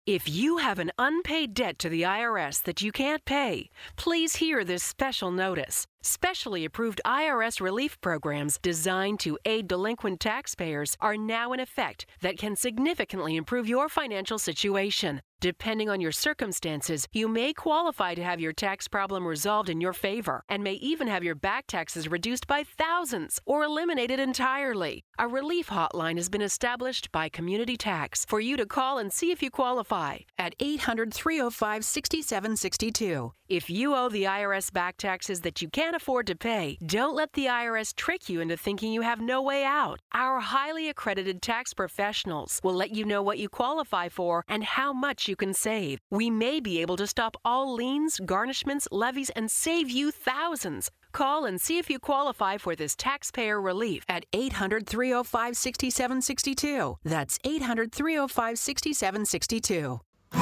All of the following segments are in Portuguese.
If you have an unpaid debt to the IRS that you can't pay, please hear this special notice. Specially approved IRS relief programs designed to aid delinquent taxpayers are now in effect that can significantly improve your financial situation. Depending on your circumstances, you may qualify to have your tax problem resolved in your favor and may even have your back taxes reduced by thousands or eliminated entirely. A relief hotline has been established by Community Tax for you to call and see if you qualify at 800-305-6762. If you owe the IRS back taxes that you can't afford to pay, don't let the IRS trick you into thinking you have no way out. Our highly accredited tax professionals will let you know what you qualify for and how much you can save. We may be able to stop all liens, garnishments, levies, and save you thousands. Call and see if you qualify for this taxpayer relief at 800-305-6762. That's 800-305-6762.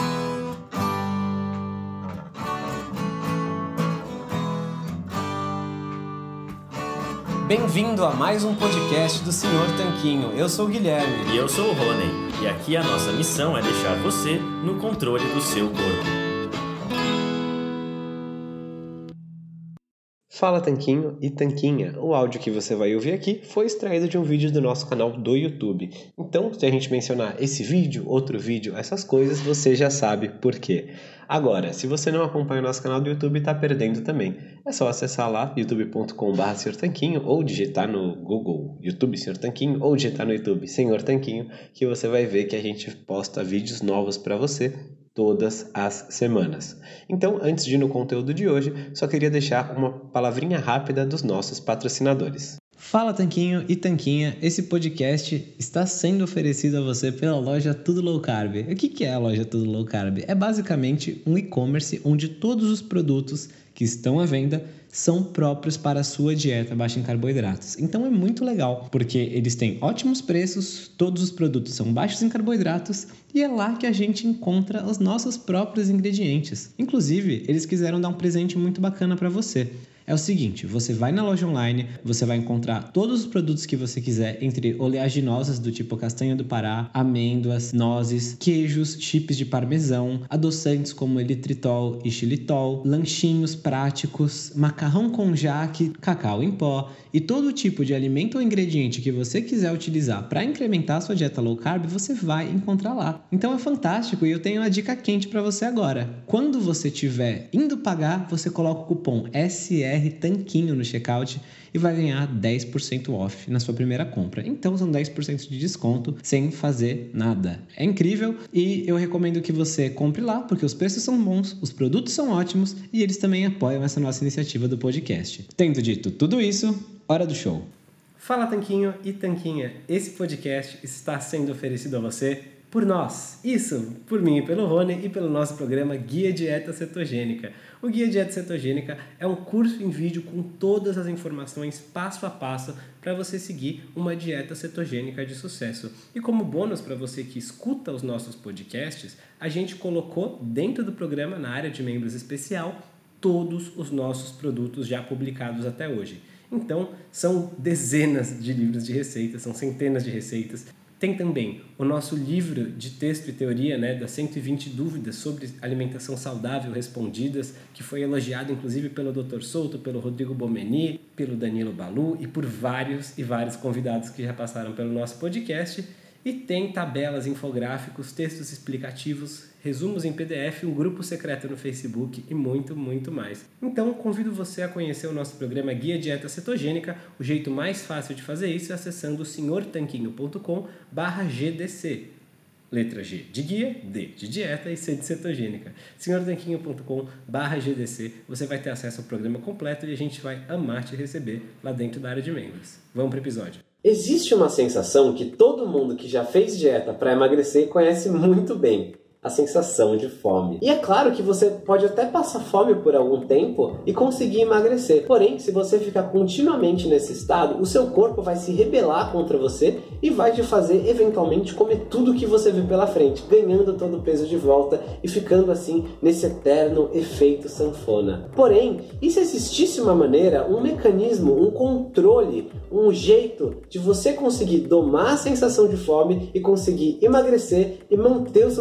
Bem-vindo a mais um podcast do Sr. Tanquinho. Eu sou o Guilherme. E eu sou o Rony. E aqui a nossa missão é deixar você no controle do seu corpo. Fala Tanquinho e Tanquinha. O áudio que você vai ouvir aqui foi extraído de um vídeo do nosso canal do YouTube. Então, se a gente mencionar esse vídeo, outro vídeo, essas coisas, você já sabe por quê. Agora, se você não acompanha o nosso canal do YouTube, está perdendo também. É só acessar lá, youtube.com/Sr. ou digitar no Google YouTube Sr. Tanquinho, ou digitar no YouTube Sr. Tanquinho, que você vai ver que a gente posta vídeos novos para você todas as semanas. Então, antes de ir no conteúdo de hoje, só queria deixar uma palavrinha rápida dos nossos patrocinadores. Fala Tanquinho e Tanquinha, esse podcast está sendo oferecido a você pela loja Tudo Low Carb. O que é a loja Tudo Low Carb? É basicamente um e-commerce onde todos os produtos que estão à venda são próprios para a sua dieta baixa em carboidratos. Então é muito legal, porque eles têm ótimos preços, todos os produtos são baixos em carboidratos e é lá que a gente encontra os nossos próprios ingredientes. Inclusive, eles quiseram dar um presente muito bacana para você. É o seguinte, você vai na loja online, você vai encontrar todos os produtos que você quiser, entre oleaginosas do tipo castanha do Pará, amêndoas, nozes, queijos, chips de parmesão, adoçantes como eritritol e xilitol, lanchinhos práticos, macarrão com jaque, cacau em pó e todo tipo de alimento ou ingrediente que você quiser utilizar para incrementar a sua dieta low carb, você vai encontrar lá. Então é fantástico e eu tenho uma dica quente para você agora. Quando você estiver indo pagar, você coloca o cupom SR Tanquinho no checkout e vai ganhar 10% off na sua primeira compra. Então são 10% de desconto sem fazer nada. É incrível e eu recomendo que você compre lá porque os preços são bons, os produtos são ótimos e eles também apoiam essa nossa iniciativa do podcast. Tendo dito tudo isso, hora do show. Fala Tanquinho e Tanquinha, esse podcast está sendo oferecido a você por nós, isso, por mim e pelo Rony e pelo nosso programa Guia Dieta Cetogênica. O Guia Dieta Cetogênica é um curso em vídeo com todas as informações passo a passo para você seguir uma dieta cetogênica de sucesso. E como bônus para você que escuta os nossos podcasts, a gente colocou dentro do programa, na área de membros especial, todos os nossos produtos já publicados até hoje. Então, são dezenas de livros de receitas, são centenas de receitas. Tem também o nosso livro de texto e teoria, das 120 dúvidas sobre alimentação saudável respondidas, que foi elogiado inclusive pelo Dr. Souto, pelo Rodrigo Bomeni, pelo Danilo Balu e por vários e vários convidados que já passaram pelo nosso podcast. E tem tabelas, infográficos, textos explicativos, resumos em PDF, um grupo secreto no Facebook e muito, muito mais. Então, convido você a conhecer o nosso programa Guia Dieta Cetogênica. O jeito mais fácil de fazer isso é acessando senhortanquinho.com/GDC. Letra G de guia, D de dieta e C de cetogênica. senhortanquinho.com/GDC. Você vai ter acesso ao programa completo e a gente vai amar te receber lá dentro da área de membros. Vamos para o episódio. Existe uma sensação que todo mundo que já fez dieta para emagrecer conhece muito bem. A sensação de fome. E é claro que você pode até passar fome por algum tempo e conseguir emagrecer. Porém, se você ficar continuamente nesse estado, o seu corpo vai se rebelar contra você e vai te fazer eventualmente comer tudo que você vê pela frente, ganhando todo o peso de volta e ficando assim nesse eterno efeito sanfona. Porém, e se existisse uma maneira, um mecanismo, um controle, um jeito de você conseguir domar a sensação de fome e conseguir emagrecer e manter os seus resultados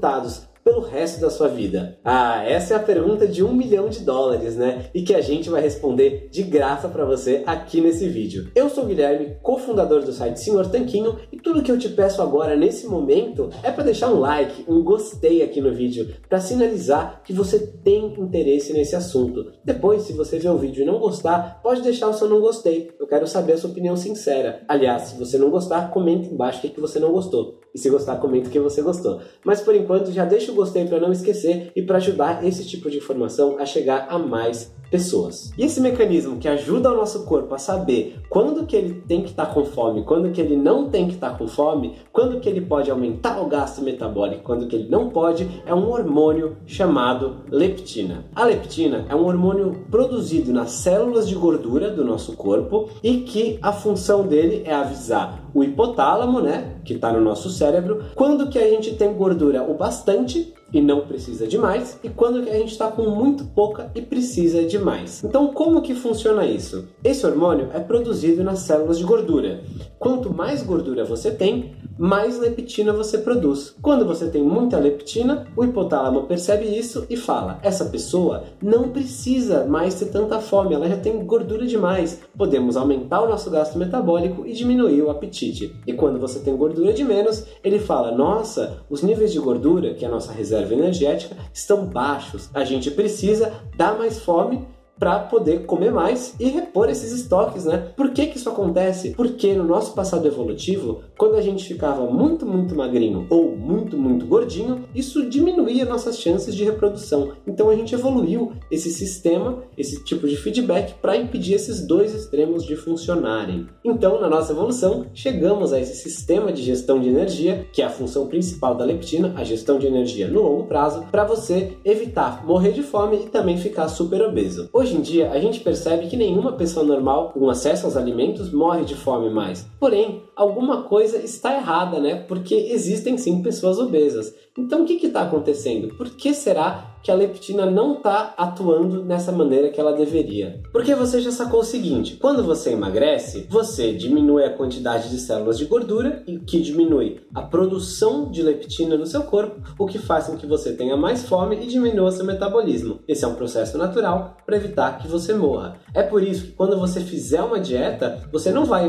resultados pelo resto da sua vida? Essa é a pergunta de $1 milhão, né? E que a gente vai responder de graça para você aqui nesse vídeo. Eu sou o Guilherme, cofundador do site Senhor Tanquinho, e tudo que eu te peço agora nesse momento é para deixar um like, um gostei aqui no vídeo, para sinalizar que você tem interesse nesse assunto. Depois, se você ver o vídeo e não gostar, pode deixar o seu não gostei. Eu quero saber a sua opinião sincera. Aliás, se você não gostar, comenta embaixo o que você não gostou. E se gostar, comenta o que você gostou. Mas por enquanto, já deixa o gostei para não esquecer e para ajudar esse tipo de informação a chegar a mais pessoas. E esse mecanismo que ajuda o nosso corpo a saber quando que ele tem que estar com fome, quando que ele não tem que estar com fome, quando que ele pode aumentar o gasto metabólico, quando que ele não pode, é um hormônio chamado leptina. A leptina é um hormônio produzido nas células de gordura do nosso corpo e que a função dele é avisar o hipotálamo, né, que está no nosso cérebro, quando que a gente tem gordura o bastante e não precisa de mais, e quando que a gente está com muito pouca e precisa de mais. Então, como que funciona isso? Esse hormônio é produzido nas células de gordura. Quanto mais gordura você tem, mais leptina você produz. Quando você tem muita leptina, o hipotálamo percebe isso e fala: essa pessoa não precisa mais ter tanta fome, ela já tem gordura demais. Podemos aumentar o nosso gasto metabólico e diminuir o apetite. E quando você tem gordura de menos, ele fala: nossa, os níveis de gordura, que é a nossa reserva energética, estão baixos. A gente precisa dar mais fome para poder comer mais e repor esses estoques, né? Por que que isso acontece? Porque no nosso passado evolutivo, quando a gente ficava muito magrinho ou muito gordinho, isso diminuía nossas chances de reprodução. Então a gente evoluiu esse sistema, esse tipo de feedback para impedir esses dois extremos de funcionarem. Então, na nossa evolução, chegamos a esse sistema de gestão de energia, que é a função principal da leptina, a gestão de energia no longo prazo, para você evitar morrer de fome e também ficar super obeso. Hoje em dia, a gente percebe que nenhuma pessoa normal com acesso aos alimentos morre de fome mais. Porém, alguma coisa está errada, né? Porque existem sim pessoas obesas. Então, o que está acontecendo? Por que será que a leptina não está atuando nessa maneira que ela deveria? Porque você já sacou o seguinte: quando você emagrece, você diminui a quantidade de células de gordura, e que diminui a produção de leptina no seu corpo, o que faz com que você tenha mais fome e diminua seu metabolismo. Esse é um processo natural para evitar que você morra. É por isso que quando você fizer uma dieta, você não vai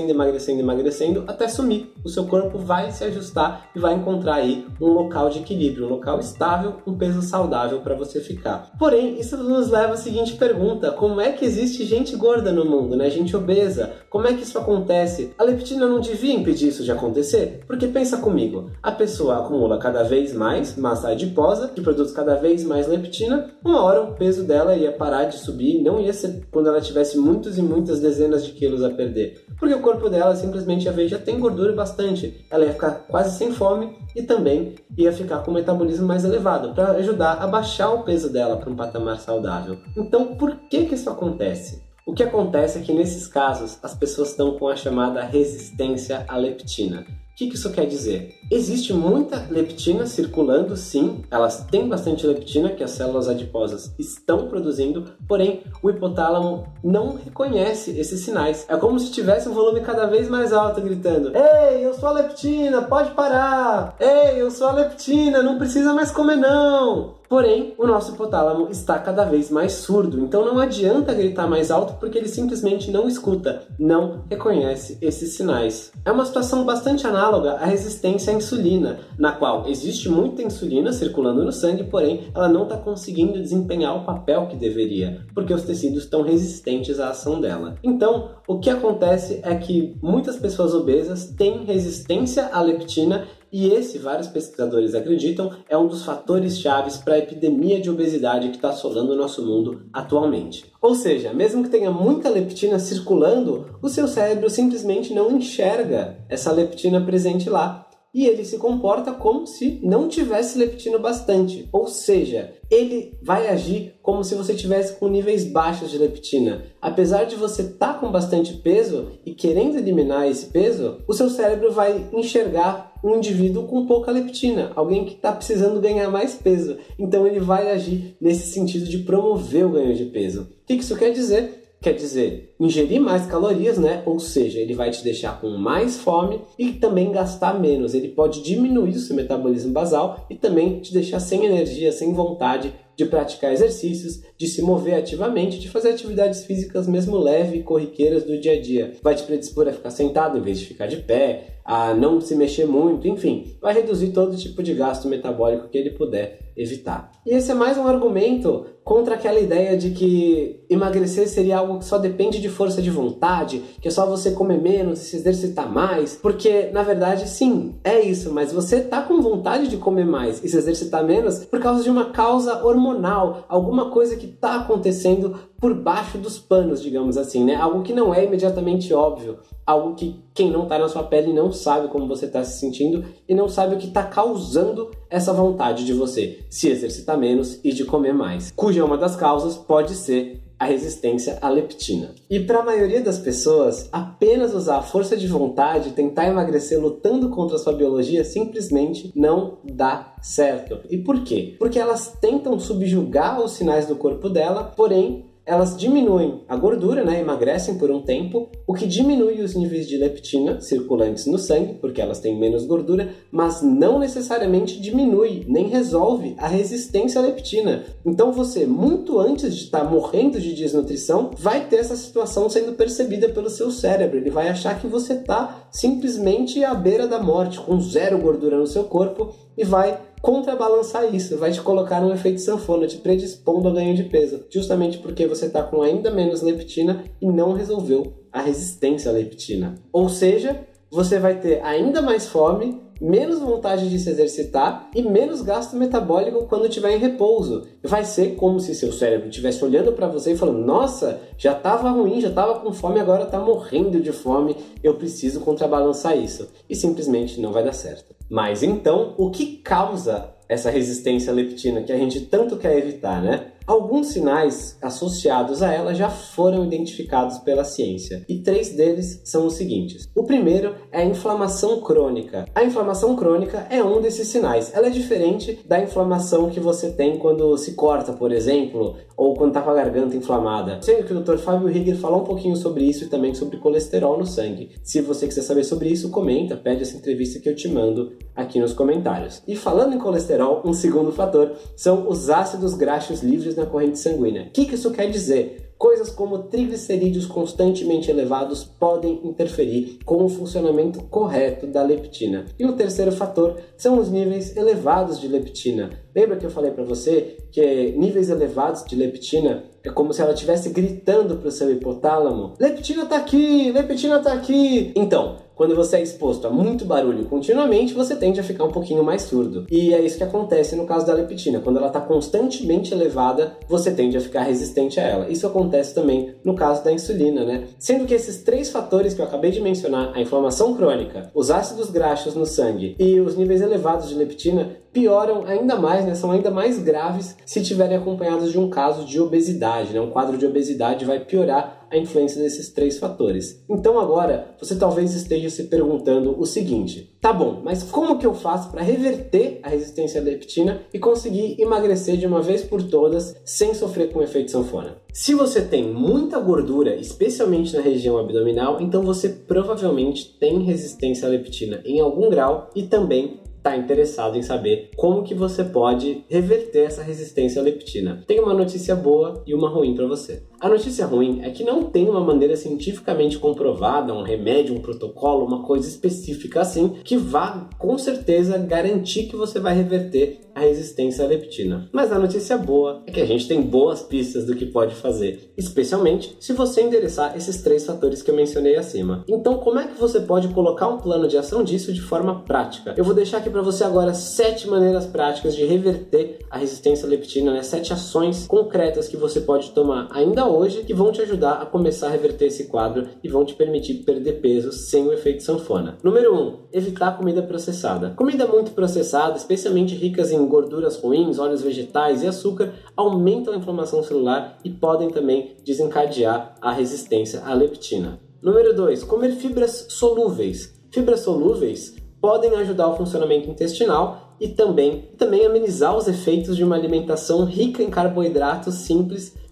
emagrecendo até sumir. O seu corpo vai se ajustar e vai encontrar aí um local de equilíbrio, um local estável, um peso saudável para você ficar. Porém, isso nos leva à seguinte pergunta: como é que existe gente gorda no mundo, né? Gente obesa? Como é que isso acontece? A leptina não devia impedir isso de acontecer? Porque pensa comigo, a pessoa acumula cada vez mais massa adiposa, que produz cada vez mais leptina, uma hora o peso dela ia parar de subir, não ia ser quando ela tivesse muitos e muitas dezenas de quilos a perder, porque o corpo dela simplesmente já tem gordura bastante, ela ia ficar quase sem fome e também ia ficar com o metabolismo mais elevado, para ajudar a baixar o peso dela para um patamar saudável. Então, por que isso acontece? O que acontece é que nesses casos as pessoas estão com a chamada resistência à leptina. O que isso quer dizer? Existe muita leptina circulando, sim, elas têm bastante leptina que as células adiposas estão produzindo, porém o hipotálamo não reconhece esses sinais. É como se tivesse um volume cada vez mais alto gritando: ei, eu sou a leptina, pode parar! Ei, eu sou a leptina, não precisa mais comer não! Porém, o nosso hipotálamo está cada vez mais surdo, então não adianta gritar mais alto porque ele simplesmente não escuta, não reconhece esses sinais. É uma situação bastante análoga à resistência à insulina, na qual existe muita insulina circulando no sangue, porém ela não está conseguindo desempenhar o papel que deveria, porque os tecidos estão resistentes à ação dela. Então, o que acontece é que muitas pessoas obesas têm resistência à leptina, e esse, vários pesquisadores acreditam, é um dos fatores chaves para a epidemia de obesidade que está assolando o nosso mundo atualmente. Ou seja, mesmo que tenha muita leptina circulando, o seu cérebro simplesmente não enxerga essa leptina presente lá. E ele se comporta como se não tivesse leptina bastante. Ou seja, ele vai agir como se você tivesse com níveis baixos de leptina. Apesar de você estar com bastante peso e querendo eliminar esse peso, o seu cérebro vai enxergar um indivíduo com pouca leptina, alguém que está precisando ganhar mais peso. Então ele vai agir nesse sentido de promover o ganho de peso. O que isso quer dizer? quer dizer, ingerir mais calorias, né? Ou seja, ele vai te deixar com mais fome e também gastar menos. Ele pode diminuir o seu metabolismo basal e também te deixar sem energia, sem vontade de praticar exercícios, de se mover ativamente, de fazer atividades físicas mesmo leve e corriqueiras do dia a dia. Vai te predispor a ficar sentado em vez de ficar de pé, a não se mexer muito, enfim, vai reduzir todo tipo de gasto metabólico que ele puder evitar. E esse é mais um argumento contra aquela ideia de que emagrecer seria algo que só depende de força de vontade, que é só você comer menos e se exercitar mais, porque na verdade sim, é isso, mas você tá com vontade de comer mais e se exercitar menos por causa de uma causa hormonal, alguma coisa que tá acontecendo por baixo dos panos, digamos assim, né? Algo que não é imediatamente óbvio, algo que quem não tá na sua pele não sabe como você tá se sentindo e não sabe o que tá causando essa vontade de você se exercitar menos e de comer mais, cuja uma das causas pode ser a resistência à leptina. E para a maioria das pessoas, apenas usar a força de vontade e tentar emagrecer lutando contra a sua biologia simplesmente não dá certo. E por quê? Porque elas tentam subjugar os sinais do corpo dela, porém elas diminuem a gordura, né, emagrecem por um tempo, o que diminui os níveis de leptina circulantes no sangue, porque elas têm menos gordura, mas não necessariamente diminui, nem resolve a resistência à leptina. Então você, muito antes de estar morrendo de desnutrição, vai ter essa situação sendo percebida pelo seu cérebro. Ele vai achar que você está simplesmente à beira da morte, com zero gordura no seu corpo, e vai contrabalançar isso, vai te colocar num efeito sanfona, te predispondo a ganho de peso, justamente porque você está com ainda menos leptina e não resolveu a resistência à leptina. Ou seja, você vai ter ainda mais fome, menos vontade de se exercitar e menos gasto metabólico quando estiver em repouso. Vai ser como se seu cérebro estivesse olhando para você e falando: nossa, já estava ruim, já estava com fome, agora está morrendo de fome, eu preciso contrabalançar isso. E simplesmente não vai dar certo. Mas então, o que causa essa resistência à leptina que a gente tanto quer evitar, né? Alguns sinais associados a ela já foram identificados pela ciência, e 3 deles são os seguintes. O primeiro é a inflamação crônica. A inflamação crônica é um desses sinais. Ela é diferente da inflamação que você tem quando se corta, por exemplo, ou quando está com a garganta inflamada. Eu sei que o Dr. Fábio Rieger falou um pouquinho sobre isso e também sobre colesterol no sangue. Se você quiser saber sobre isso, comenta, pede essa entrevista que eu te mando aqui nos comentários. E falando em colesterol, um segundo fator são os ácidos graxos livres na corrente sanguínea. O que isso quer dizer? Coisas como triglicerídeos constantemente elevados podem interferir com o funcionamento correto da leptina. E o terceiro fator são os níveis elevados de leptina. Lembra que eu falei para você que níveis elevados de leptina é como se ela estivesse gritando para o seu hipotálamo: leptina tá aqui, leptina tá aqui. Então, quando você é exposto a muito barulho continuamente, você tende a ficar um pouquinho mais surdo. E é isso que acontece no caso da leptina. Quando ela está constantemente elevada, você tende a ficar resistente a ela. Isso acontece também no caso da insulina, né? Sendo que esses 3 fatores que eu acabei de mencionar, a inflamação crônica, os ácidos graxos no sangue e os níveis elevados de leptina, pioram ainda mais, né? São ainda mais graves se tiverem acompanhados de um caso de obesidade, né? Um quadro de obesidade vai piorar a influência desses 3 fatores. Então agora, você talvez esteja se perguntando o seguinte: tá bom, mas como que eu faço para reverter a resistência à leptina e conseguir emagrecer de uma vez por todas sem sofrer com efeito sanfona? Se você tem muita gordura, especialmente na região abdominal, então você provavelmente tem resistência à leptina em algum grau e também está interessado em saber como que você pode reverter essa resistência à leptina. Tem uma notícia boa e uma ruim para você. A notícia ruim é que não tem uma maneira cientificamente comprovada, um remédio, um protocolo, uma coisa específica assim, que vá com certeza garantir que você vai reverter a resistência à leptina. Mas a notícia boa é que a gente tem boas pistas do que pode fazer, especialmente se você endereçar esses 3 fatores que eu mencionei acima. Então, como é que você pode colocar um plano de ação disso de forma prática? Eu vou deixar aqui para você agora 7 maneiras práticas de reverter a resistência à leptina, né? 7 ações concretas que você pode tomar ainda hoje que vão te ajudar a começar a reverter esse quadro e vão te permitir perder peso sem o efeito sanfona. Número 1, evitar comida processada. Comida muito processada, especialmente ricas em gorduras ruins, óleos vegetais e açúcar, aumentam a inflamação celular e podem também desencadear a resistência à leptina. Número 2, comer fibras solúveis. Fibras solúveis podem ajudar o funcionamento intestinal e também amenizar os efeitos de uma alimentação rica em carboidratos simples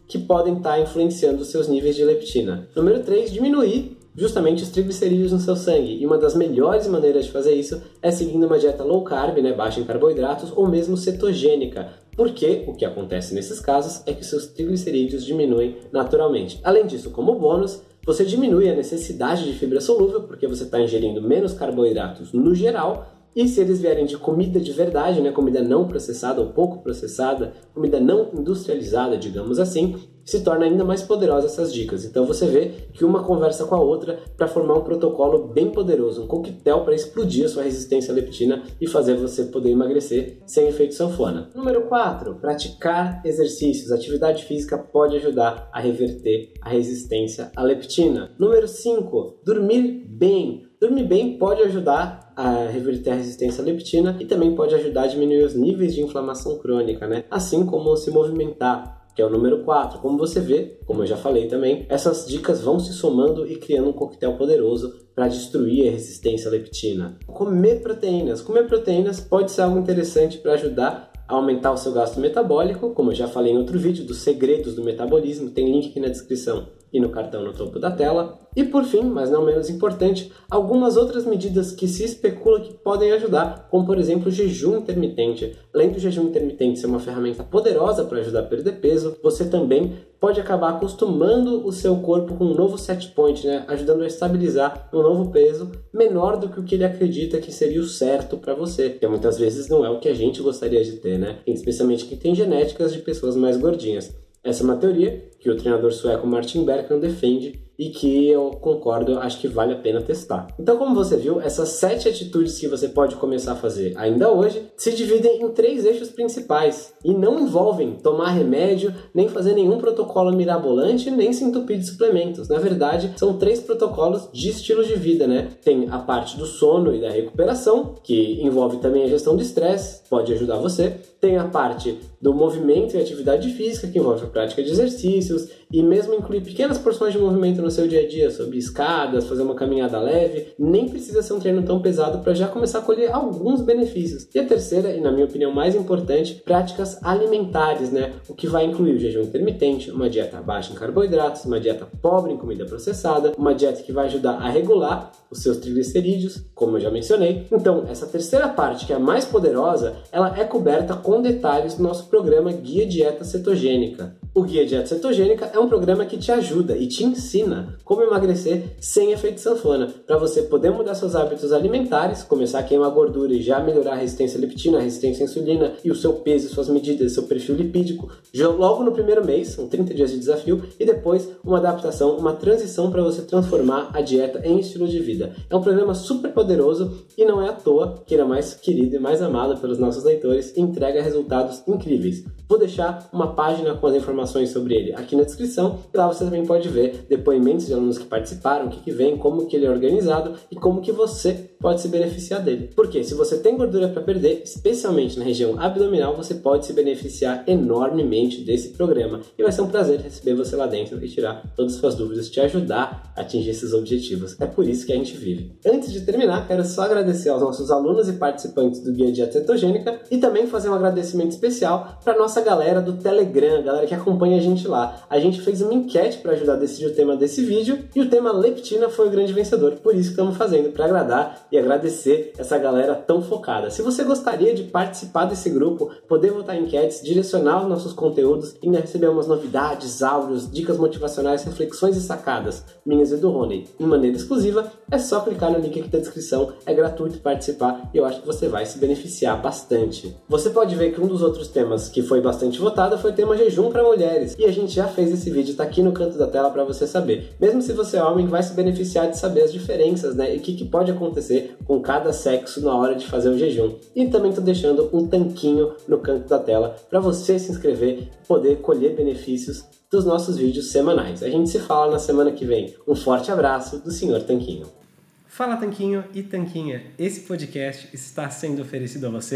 que podem estar influenciando os seus níveis de leptina. Número 3, diminuir justamente os triglicerídeos no seu sangue. E uma das melhores maneiras de fazer isso é seguindo uma dieta low carb, baixa em carboidratos, ou mesmo cetogênica. Porque o que acontece nesses casos é que seus triglicerídeos diminuem naturalmente. Além disso, como bônus, você diminui a necessidade de fibra solúvel, porque você está ingerindo menos carboidratos no geral. E se eles vierem de comida de verdade, comida não processada ou pouco processada, comida não industrializada, digamos assim, se torna ainda mais poderosa essas dicas. Então você vê que uma conversa com a outra para formar um protocolo bem poderoso, um coquetel para explodir a sua resistência à leptina e fazer você poder emagrecer sem efeito sanfona. Número 4, praticar exercícios. Atividade física pode ajudar a reverter a resistência à leptina. Número 5, dormir bem. Dormir bem pode ajudar a reverter a resistência à leptina e também pode ajudar a diminuir os níveis de inflamação crônica, assim como se movimentar, que é o número 4. Como você vê, como eu já falei também, essas dicas vão se somando e criando um coquetel poderoso para destruir a resistência à leptina. Comer proteínas. Comer proteínas pode ser algo interessante para ajudar a aumentar o seu gasto metabólico, como eu já falei em outro vídeo, dos segredos do metabolismo, tem link aqui na descrição e no cartão no topo da tela. E por fim, mas não menos importante, algumas outras medidas que se especula que podem ajudar, como por exemplo o jejum intermitente. Além do jejum intermitente ser uma ferramenta poderosa para ajudar a perder peso, você também pode acabar acostumando o seu corpo com um novo set point, ajudando a estabilizar um novo peso menor do que o que ele acredita que seria o certo para você, que muitas vezes não é o que a gente gostaria de ter, especialmente quem tem genéticas de pessoas mais gordinhas. Essa é uma teoria que o treinador sueco Martin Bergman defende e que eu concordo, acho que vale a pena testar. Então, como você viu, essas 7 atitudes que você pode começar a fazer ainda hoje se dividem em 3 eixos principais e não envolvem tomar remédio, nem fazer nenhum protocolo mirabolante, nem se entupir de suplementos. Na verdade, são 3 protocolos de estilo de vida, Tem a parte do sono e da recuperação, que envolve também a gestão de estresse, pode ajudar você. Tem a parte do movimento e atividade física, que envolve a prática de exercícios e mesmo incluir pequenas porções de movimento no seu dia a dia, subir escadas, fazer uma caminhada leve. Nem precisa ser um treino tão pesado para já começar a colher alguns benefícios. E a terceira, e na minha opinião mais importante, práticas alimentares, O que vai incluir o jejum intermitente, uma dieta baixa em carboidratos, uma dieta pobre em comida processada, uma dieta que vai ajudar a regular os seus triglicerídeos, como eu já mencionei. Então, essa terceira parte, que é a mais poderosa, ela é coberta com detalhes no nosso programa Guia Dieta Cetogênica. O Guia Dieta Cetogênica é um programa que te ajuda e te ensina como emagrecer sem efeito sanfona, para você poder mudar seus hábitos alimentares, começar a queimar gordura e já melhorar a resistência à leptina, a resistência à insulina e o seu peso, suas medidas, seu perfil lipídico, logo no primeiro mês, são 30 dias de desafio, e depois uma adaptação, uma transição para você transformar a dieta em estilo de vida. É um programa super poderoso e não é à toa que ele é mais querido e mais amado pelos nossos leitores e entrega resultados incríveis. Vou deixar uma página com as informações sobre ele aqui na descrição e lá você também pode ver depoimentos de alunos que participaram, o que vem, como que ele é organizado e como que você pode se beneficiar dele. Porque se você tem gordura para perder, especialmente na região abdominal, você pode se beneficiar enormemente desse programa e vai ser um prazer receber você lá dentro e tirar todas as suas dúvidas, te ajudar a atingir esses objetivos. É por isso que a gente vive. Antes de terminar, quero só agradecer aos nossos alunos e participantes do Guia Dieta Cetogênica e também fazer um agradecimento especial para nossa galera do Telegram, galera que acompanha a gente lá. A gente fez uma enquete para ajudar a decidir o tema desse vídeo e o tema leptina foi o grande vencedor. Por isso que estamos fazendo, para agradar e agradecer essa galera tão focada. Se você gostaria de participar desse grupo, poder votar em enquetes, direcionar os nossos conteúdos e ainda receber umas novidades, áudios, dicas motivacionais, reflexões e sacadas minhas e do Rony de maneira exclusiva, é só clicar no link aqui da descrição, é gratuito participar e eu acho que você vai se beneficiar bastante. Você pode ver que um dos outros temas que foi bastante votado foi o tema jejum para mulheres e a gente já fez esse vídeo, tá aqui no canto da tela para você saber. Mesmo se você é homem, vai se beneficiar de saber as diferenças, e o que pode acontecer com cada sexo na hora de fazer o jejum. E também tô deixando um tanquinho no canto da tela para você se inscrever e poder colher benefícios dos nossos vídeos semanais. A gente se fala na semana que vem. Um forte abraço do Sr. Tanquinho. Fala Tanquinho e Tanquinha, esse podcast está sendo oferecido a você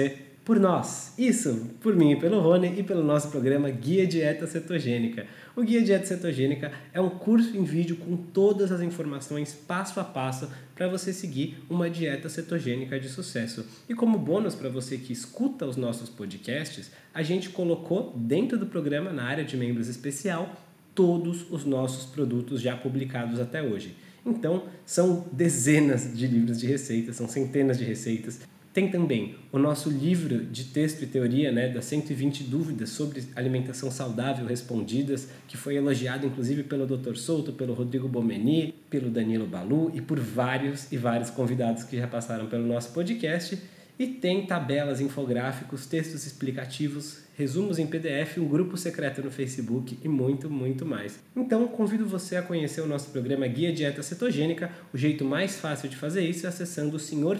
por nós. Isso, por mim e pelo Rony e pelo nosso programa Guia Dieta Cetogênica. O Guia Dieta Cetogênica é um curso em vídeo com todas as informações passo a passo para você seguir uma dieta cetogênica de sucesso. E como bônus para você que escuta os nossos podcasts, a gente colocou dentro do programa, na área de membros especial, todos os nossos produtos já publicados até hoje. Então, são dezenas de livros de receitas, são centenas de receitas. Tem também o nosso livro de texto e teoria, das 120 dúvidas sobre alimentação saudável respondidas, que foi elogiado inclusive pelo Dr. Souto, pelo Rodrigo Bomeni, pelo Danilo Balu e por vários e vários convidados que já passaram pelo nosso podcast. E tem tabelas, infográficos, textos explicativos, resumos em PDF, um grupo secreto no Facebook e muito, muito mais. Então, convido você a conhecer o nosso programa Guia Dieta Cetogênica. O jeito mais fácil de fazer isso é acessando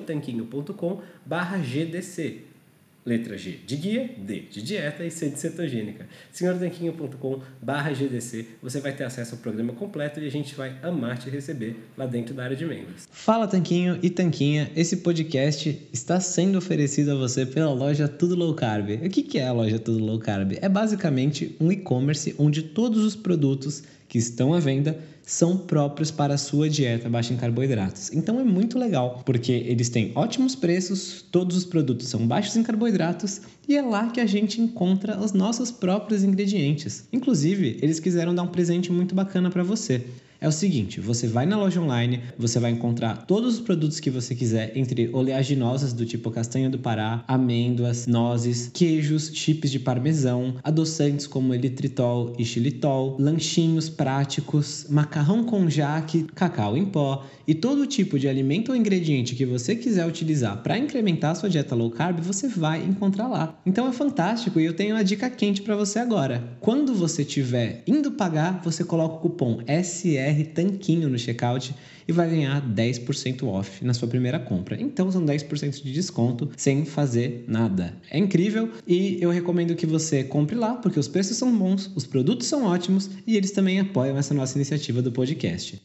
senhortanquinho.com/GDC. Letra G de guia, D de dieta e C de cetogênica. senhortanquinho.com/GDC. Você vai ter acesso ao programa completo e a gente vai amar te receber lá dentro da área de membros. Fala Tanquinho e Tanquinha, esse podcast está sendo oferecido a você pela loja Tudo Low Carb. O que é a loja Tudo Low Carb? É basicamente um e-commerce onde todos os produtos que estão à venda são próprios para a sua dieta baixa em carboidratos. Então é muito legal, porque eles têm ótimos preços, todos os produtos são baixos em carboidratos e é lá que a gente encontra os nossos próprios ingredientes. Inclusive, eles quiseram dar um presente muito bacana para você. É o seguinte, você vai na loja online, você vai encontrar todos os produtos que você quiser, entre oleaginosas do tipo castanha do Pará, amêndoas, nozes, queijos, chips de parmesão, adoçantes como eritritol e xilitol, lanchinhos práticos, macarrão com jaque, cacau em pó e todo tipo de alimento ou ingrediente que você quiser utilizar para incrementar a sua dieta low carb, você vai encontrar lá. Então é fantástico e eu tenho uma dica quente para você agora. Quando você estiver indo pagar, você coloca o cupom SR Tanquinho no checkout e vai ganhar 10% off na sua primeira compra. Então são 10% de desconto sem fazer nada. É incrível e eu recomendo que você compre lá porque os preços são bons, os produtos são ótimos e eles também apoiam essa nossa iniciativa do podcast.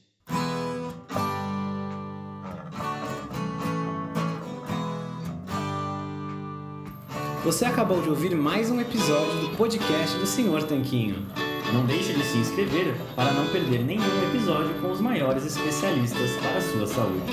Você acabou de ouvir mais um episódio do podcast do Senhor Tanquinho. Não deixe de se inscrever para não perder nenhum episódio com os maiores especialistas para a sua saúde.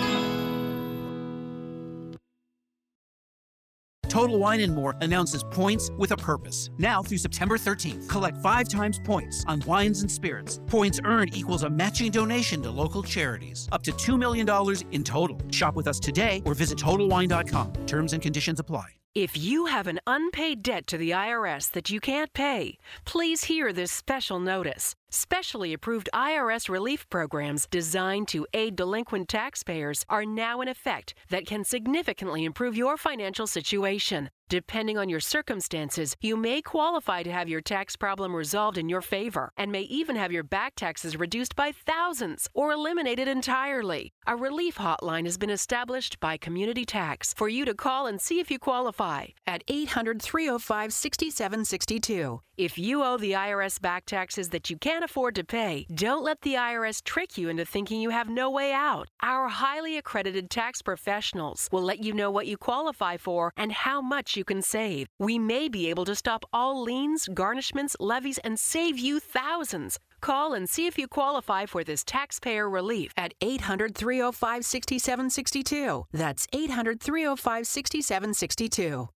Total Wine & More announces points with a purpose. Now through September 13th, collect 5 times points on wines and spirits. Points earned equals a matching donation to local charities. Up to $2 million in total. Shop with us today or visit TotalWine.com. Terms and conditions apply. If you have an unpaid debt to the IRS that you can't pay, please hear this special notice. Specially approved IRS relief programs designed to aid delinquent taxpayers are now in effect that can significantly improve your financial situation. Depending on your circumstances, you may qualify to have your tax problem resolved in your favor and may even have your back taxes reduced by thousands or eliminated entirely. A relief hotline has been established by Community Tax for you to call and see if you qualify at 800-305-6762. If you owe the IRS back taxes that you can't afford to pay, don't let the IRS trick you into thinking you have no way out. Our highly accredited tax professionals will let you know what you qualify for and how much you can save. We may be able to stop all liens, garnishments, levies, and save you thousands. Call and see if you qualify for this taxpayer relief at 800-305-6762. That's 800-305-6762.